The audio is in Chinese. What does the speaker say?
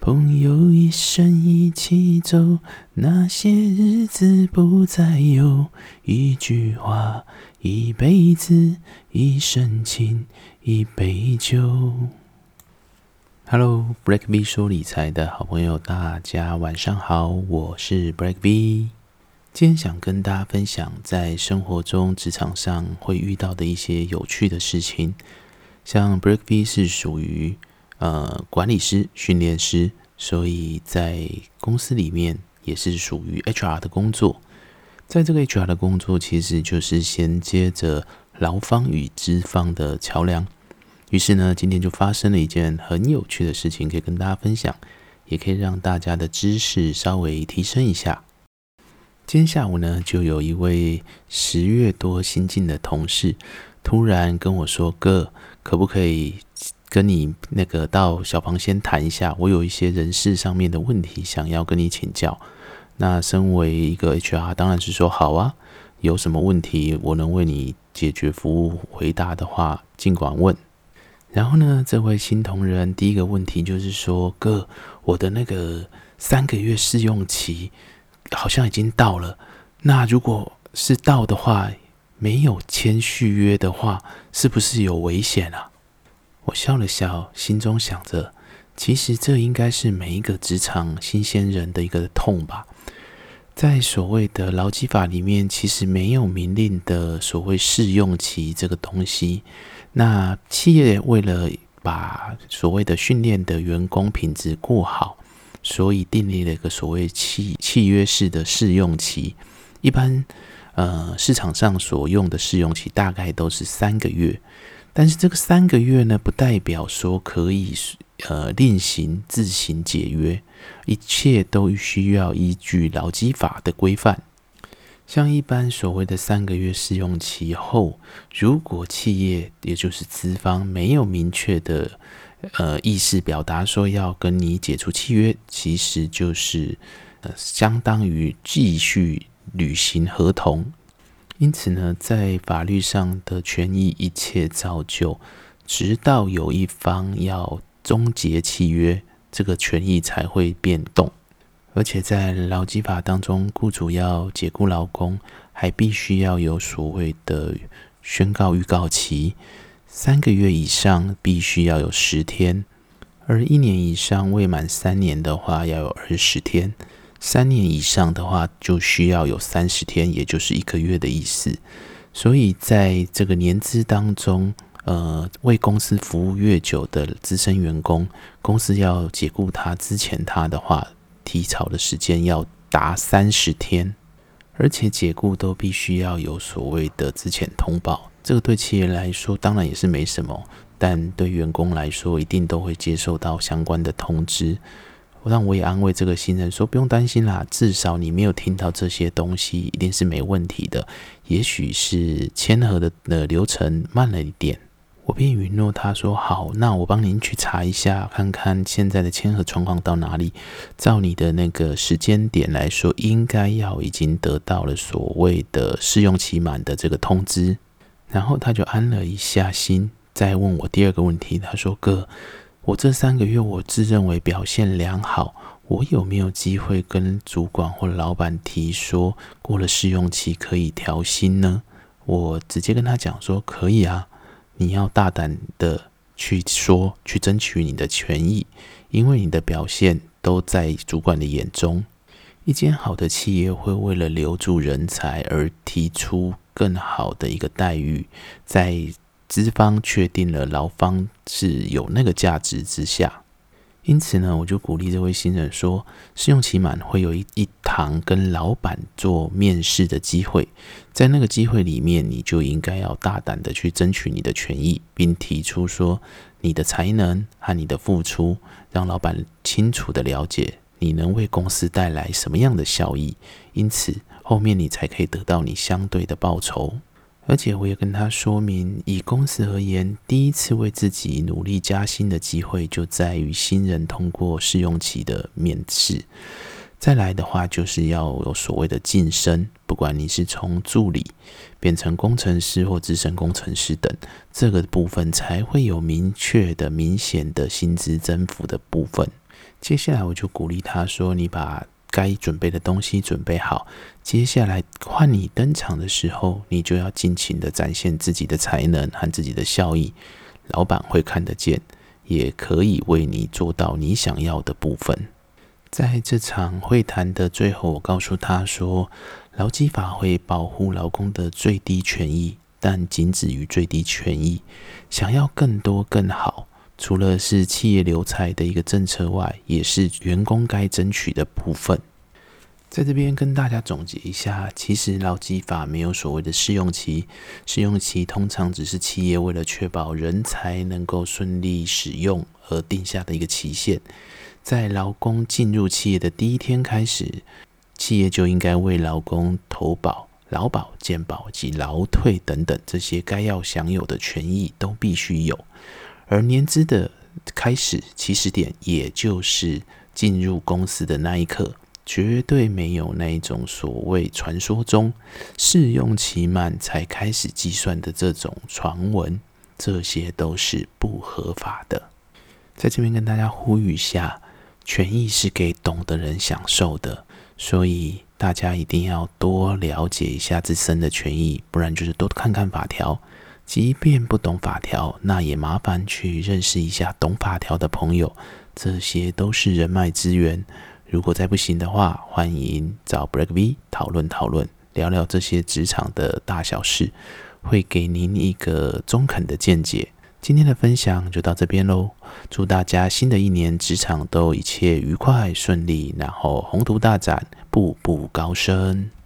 朋友一生一起走，那些日子不再有。一句话，一辈子，一生情，一杯酒。Hello， Black V 说理财的好朋友，大家晚上好，我是 Black V。今天想跟大家分享，在生活中、职场上会遇到的一些有趣的事情。像 Black V 是属于管理师、训练师，所以在公司里面也是属于 HR 的工作。在这个 HR 的工作，其实就是衔接着劳方与资方的桥梁。于是呢，今天就发生了一件很有趣的事情，可以跟大家分享，也可以让大家的知识稍微提升一下。今天下午呢，就有一位10月多新进的同事，突然跟我说：“哥，可不可以跟你到小房间谈一下？我有一些人事上面的问题想要跟你请教。”那身为一个 HR， 当然是说好啊，有什么问题我能为你解决服务回答的话，尽管问。然后呢，这位新同仁第一个问题就是说：“哥，我的3个月试用期好像已经到了，那如果是到的话，没有签续约的话，是不是有危险啊？”我笑了笑，心中想着，其实这应该是每一个职场新鲜人的一个痛吧。在所谓的劳基法里面，其实没有明令的所谓试用期这个东西。那企业为了把所谓的训练的员工品质过好，所以订立了一个所谓契约式的试用期。一般市场上所用的试用期大概都是3个月，但是这个3个月呢，不代表说可以另行自行解约，一切都需要依据劳基法的规范。像一般所谓的3个月试用期后，如果企业也就是资方没有明确的意思表达说要跟你解除契约，其实就是相当于继续履行合同。因此呢，在法律上的权益一切照旧，直到有一方要终结契约，这个权益才会变动。而且在劳基法当中，雇主要解雇劳工，还必须要有所谓的宣告预告期，3个月以上必须要有10天，而1年以上未满3年的话要有20天，3年以上的话就需要有30天，也就是1个月的意思。所以在这个年资当中，为公司服务越久的资深员工，公司要解雇他之前他的话，提槽的时间要达30天，而且解雇都必须要有所谓的资遣通报。这个对企业来说当然也是没什么，但对员工来说一定都会接受到相关的通知。让我也安慰这个新人说，不用担心啦，至少你没有听到这些东西，一定是没问题的。也许是签合的流程慢了一点。我便允诺他说，好，那我帮您去查一下，看看现在的签合状况到哪里。照你的时间点来说，应该要已经得到了所谓的试用期满的这个通知。然后他就安了一下心，再问我第二个问题。他说，哥，我这3个月我自认为表现良好，我有没有机会跟主管或老板提说，过了试用期可以调薪呢？我直接跟他讲说，可以啊。你要大胆的去说，去争取你的权益，因为你的表现都在主管的眼中。一间好的企业会为了留住人才而提出更好的一个待遇，在资方确定了劳方是有那个价值之下。因此呢，我就鼓励这位新人说，试用期满会有一堂跟老板做面试的机会，在那个机会里面，你就应该要大胆的去争取你的权益，并提出说你的才能和你的付出，让老板清楚的了解你能为公司带来什么样的效益，因此后面你才可以得到你相对的报酬。而且我也跟他说明，以公司而言，第一次为自己努力加薪的机会就在于新人通过试用期的面试。再来的话，就是要有所谓的晋升，不管你是从助理变成工程师或资深工程师等，这个部分才会有明确的、明显的薪资增幅的部分。 接下来我就鼓励他说，你把该准备的东西准备好，接下来换你登场的时候，你就要尽情的展现自己的才能和自己的效益，老板会看得见，也可以为你做到你想要的部分。在这场会谈的最后，我告诉他说，劳基法会保护劳工的最低权益，但仅止于最低权益，想要更多更好，除了是企业留才的一个政策外，也是员工该争取的部分。在这边跟大家总结一下，其实劳基法没有所谓的试用期，试用期通常只是企业为了确保人才能够顺利使用而定下的一个期限。在劳工进入企业的第一天开始，企业就应该为劳工投保、劳保、健保及劳退等等这些该要享有的权益都必须有。而年资的开始起始点，也就是进入公司的那一刻，绝对没有那一种所谓传说中试用期满才开始计算的这种传闻，这些都是不合法的。在这边跟大家呼吁一下，权益是给懂的人享受的，所以大家一定要多了解一下自身的权益，不然就是多看看法条。即便不懂法条，那也麻烦去认识一下懂法条的朋友，这些都是人脉资源。如果再不行的话，欢迎找 Black V 讨论，聊聊这些职场的大小事，会给您一个中肯的见解。今天的分享就到这边咯，祝大家新的一年职场都一切愉快顺利，然后宏图大展，步步高升。